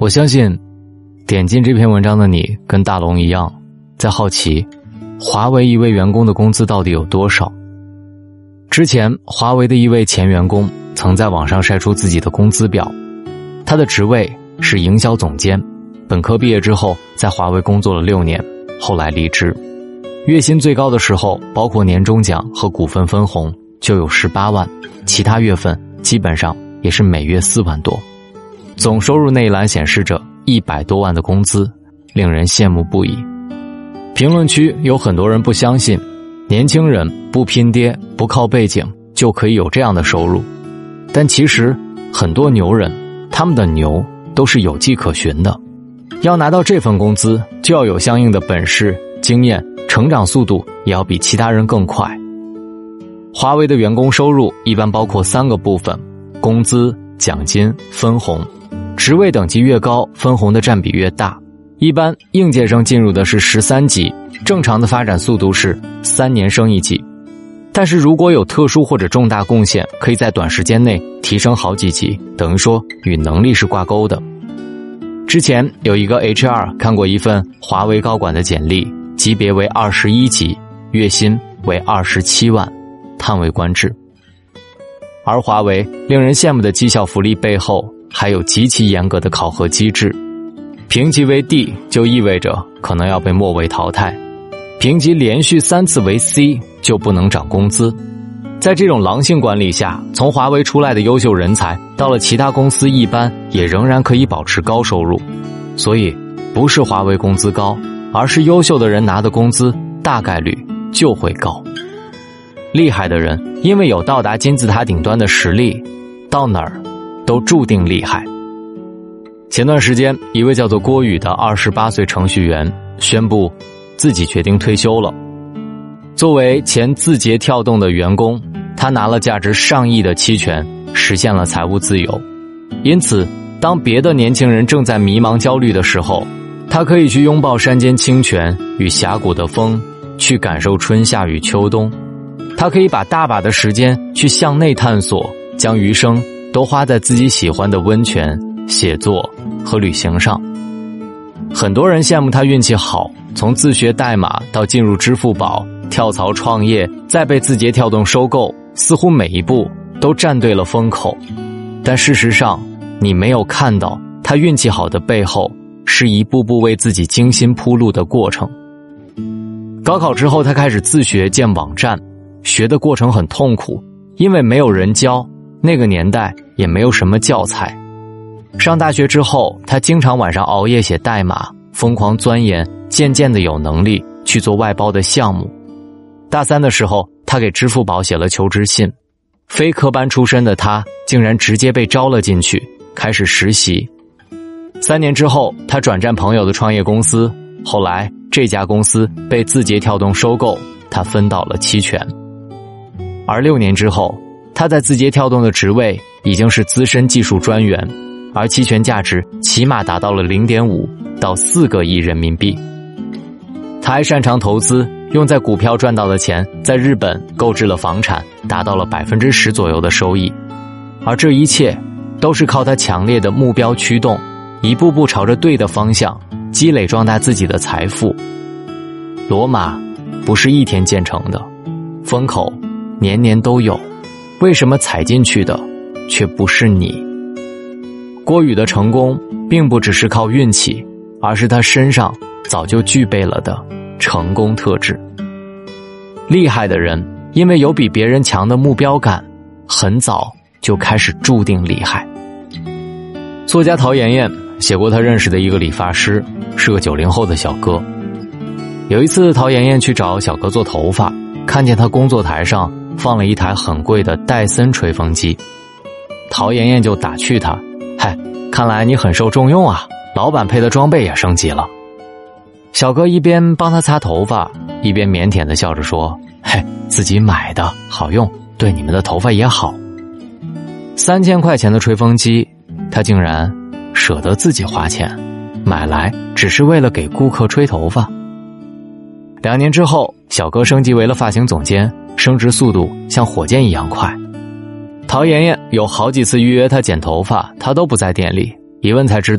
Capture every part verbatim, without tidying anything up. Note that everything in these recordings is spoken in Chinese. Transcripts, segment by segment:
我相信点进这篇文章的你跟大龙一样，在好奇华为一位员工的工资到底有多少。之前华为的一位前员工曾在网上晒出自己的工资表，他的职位是营销总监，本科毕业之后在华为工作了六年，后来离职。月薪最高的时候，包括年终奖和股份分红就有十八万，其他月份基本上也是每月四万多。总收入那一栏显示着一百多万的工资，令人羡慕不已。评论区有很多人不相信，年轻人不拼爹不靠背景就可以有这样的收入，但其实很多牛人，他们的牛都是有迹可循的。要拿到这份工资，就要有相应的本事、经验，成长速度也要比其他人更快。华为的员工收入一般包括三个部分：工资、奖金、分红。职位等级越高，分红的占比越大。一般应届生进入的是十三级，正常的发展速度是三年升一级。但是如果有特殊或者重大贡献，可以在短时间内提升好几级，等于说与能力是挂钩的。之前有一个 H R 看过一份华为高管的简历，级别为二十一级，月薪为二十七万，叹为观止。而华为令人羡慕的绩效福利背后，还有极其严格的考核机制。评级为 D 就意味着可能要被末位淘汰，评级连续三次为 C 就不能涨工资。在这种狼性管理下，从华为出来的优秀人才到了其他公司一般也仍然可以保持高收入。所以不是华为工资高，而是优秀的人拿的工资大概率就会高。厉害的人因为有到达金字塔顶端的实力，到哪儿都注定厉害。前段时间，一位叫做郭宇的二十八岁程序员宣布自己决定退休了。作为前字节跳动的员工，他拿了价值上亿的期权，实现了财务自由。因此，当别的年轻人正在迷茫焦虑的时候，他可以去拥抱山间清泉与峡谷的风，去感受春夏与秋冬。他可以把大把的时间去向内探索，将余生都花在自己喜欢的温泉、写作和旅行上。很多人羡慕他运气好，从自学代码到进入支付宝，跳槽创业，再被字节跳动收购，似乎每一步都站对了风口。但事实上，你没有看到他运气好的背后，是一步步为自己精心铺路的过程。高考之后，他开始自学建网站，学的过程很痛苦，因为没有人教，那个年代也没有什么教材。上大学之后，他经常晚上熬夜写代码，疯狂钻研，渐渐的有能力去做外包的项目。大三的时候，他给支付宝写了求职信，非科班出身的他竟然直接被招了进去，开始实习。三年之后，他转战朋友的创业公司，后来这家公司被字节跳动收购，他分到了期权。而六年之后，他在字节跳动的职位已经是资深技术专员，而期权价值起码达到了 零点五到四个亿人民币。他还擅长投资，用在股票赚到的钱在日本购置了房产，达到了 百分之十 左右的收益。而这一切都是靠他强烈的目标驱动，一步步朝着对的方向积累壮大自己的财富。罗马不是一天建成的，风口年年都有，为什么踩进去的却不是你？郭宇的成功并不只是靠运气，而是他身上早就具备了的成功特质。厉害的人因为有比别人强的目标感，很早就开始注定厉害。作家陶妍妍写过他认识的一个理发师，是个九零后的小哥。有一次陶妍妍去找小哥做头发，看见他工作台上放了一台很贵的戴森吹风机。陶妍妍就打趣他，嗨，看来你很受重用啊，老板配的装备也升级了。小哥一边帮他擦头发，一边腼腆地笑着说，嘿，自己买的好用，对你们的头发也好。三千块钱的吹风机，他竟然舍得自己花钱买来，只是为了给顾客吹头发。两年之后，小哥升级为了发型总监，升职速度像火箭一样快。陶妍妍有好几次预约他剪头发，他都不在店里，一问才知道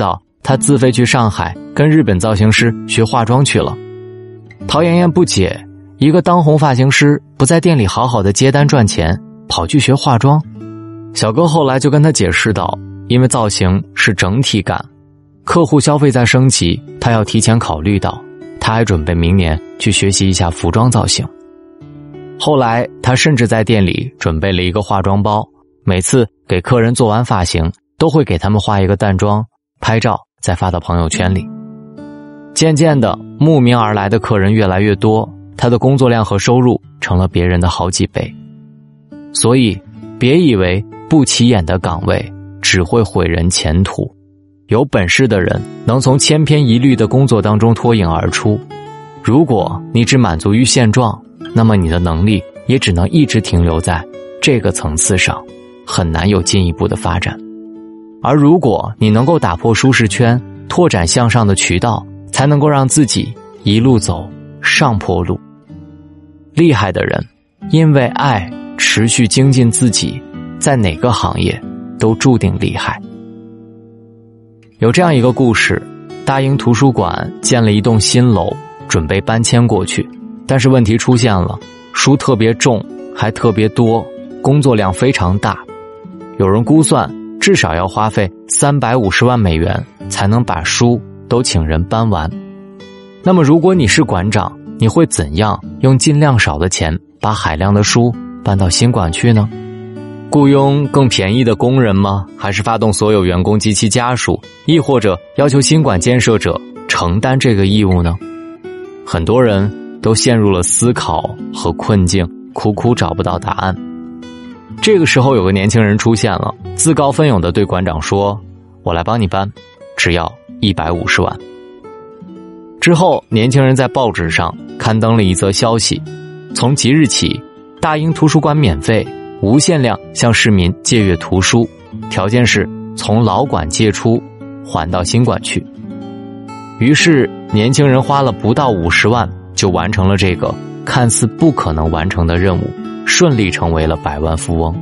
他自费去上海跟日本造型师学化妆去了。陶妍妍不解，一个当红发型师不在店里好好的接单赚钱，跑去学化妆。小哥后来就跟他解释道，因为造型是整体感，客户消费在升级，他要提前考虑到，他还准备明年去学习一下服装造型。后来他甚至在店里准备了一个化妆包，每次给客人做完发型都会给他们化一个淡妆，拍照再发到朋友圈里。渐渐的，慕名而来的客人越来越多，他的工作量和收入成了别人的好几倍。所以别以为不起眼的岗位只会毁人前途，有本事的人能从千篇一律的工作当中脱颖而出。如果你只满足于现状，那么你的能力也只能一直停留在这个层次上，很难有进一步的发展。而如果你能够打破舒适圈，拓展向上的渠道，才能够让自己一路走上坡路。厉害的人因为爱持续精进自己，在哪个行业都注定厉害。有这样一个故事，大英图书馆建了一栋新楼，准备搬迁过去，但是问题出现了，书特别重，还特别多，工作量非常大。有人估算至少要花费三百五十万美元才能把书都请人搬完。那么如果你是馆长，你会怎样用尽量少的钱把海量的书搬到新馆去呢？雇佣更便宜的工人吗？还是发动所有员工及其家属，亦或者要求新馆建设者承担这个义务呢？很多人都陷入了思考和困境，苦苦找不到答案。这个时候有个年轻人出现了，自告奋勇地对馆长说，我来帮你搬，只要一百五十万。之后年轻人在报纸上刊登了一则消息，从即日起，大英图书馆免费无限量向市民借阅图书，条件是从老馆借出还到新馆去。于是年轻人花了不到五十万就完成了这个看似不可能完成的任务，顺利成为了百万富翁。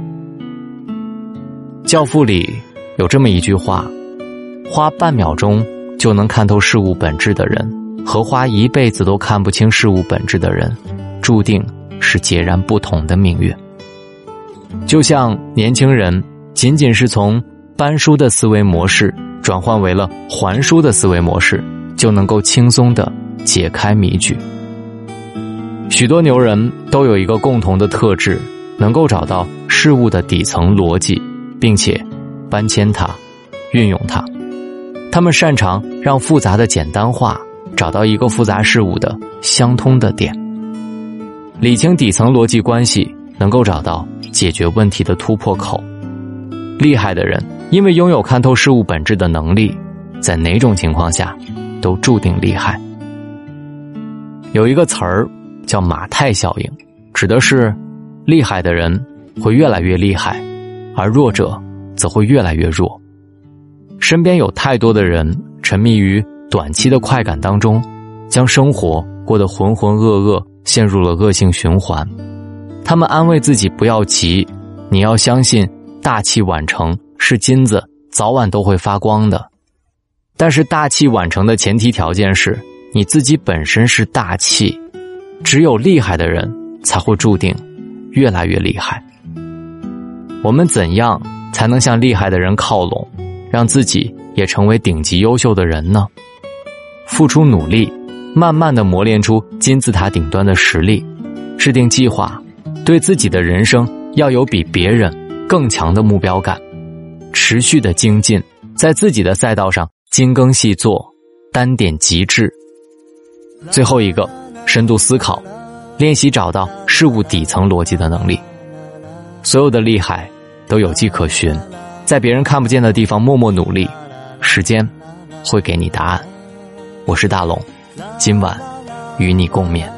教父里有这么一句话，花半秒钟就能看透事物本质的人，和花一辈子都看不清事物本质的人，注定是截然不同的命运。就像年轻人仅仅是从搬书的思维模式转换为了还书的思维模式，就能够轻松地解开谜局。许多牛人都有一个共同的特质，能够找到事物的底层逻辑，并且搬迁它，运用它。他们擅长让复杂的简单化，找到一个复杂事物的相通的点，理清底层逻辑关系，能够找到解决问题的突破口。厉害的人因为拥有看透事物本质的能力，在哪种情况下都注定厉害。有一个词儿叫马太效应，指的是厉害的人会越来越厉害，而弱者则会越来越弱。身边有太多的人沉迷于短期的快感当中，将生活过得浑浑噩噩，陷入了恶性循环。他们安慰自己不要急，你要相信大器晚成是金子，早晚都会发光的。但是大器晚成的前提条件是你自己本身是大器，只有厉害的人才会注定越来越厉害。我们怎样才能向厉害的人靠拢，让自己也成为顶级优秀的人呢？付出努力，慢慢地磨练出金字塔顶端的实力，制定计划，对自己的人生要有比别人更强的目标感，持续的精进，在自己的赛道上精耕细作，单点极致。最后一个，深度思考，练习找到事物底层逻辑的能力。所有的厉害都有迹可循，在别人看不见的地方默默努力，时间会给你答案。我是大龙，今晚与你共勉。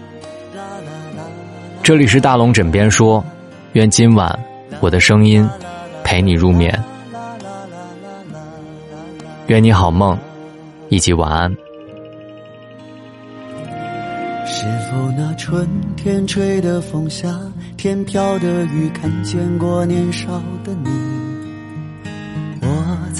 这里是大龙枕边说，愿今晚我的声音陪你入眠。愿你好梦，以及晚安。 是否那春天吹的风下，天飘的雨，看见过年少的你？我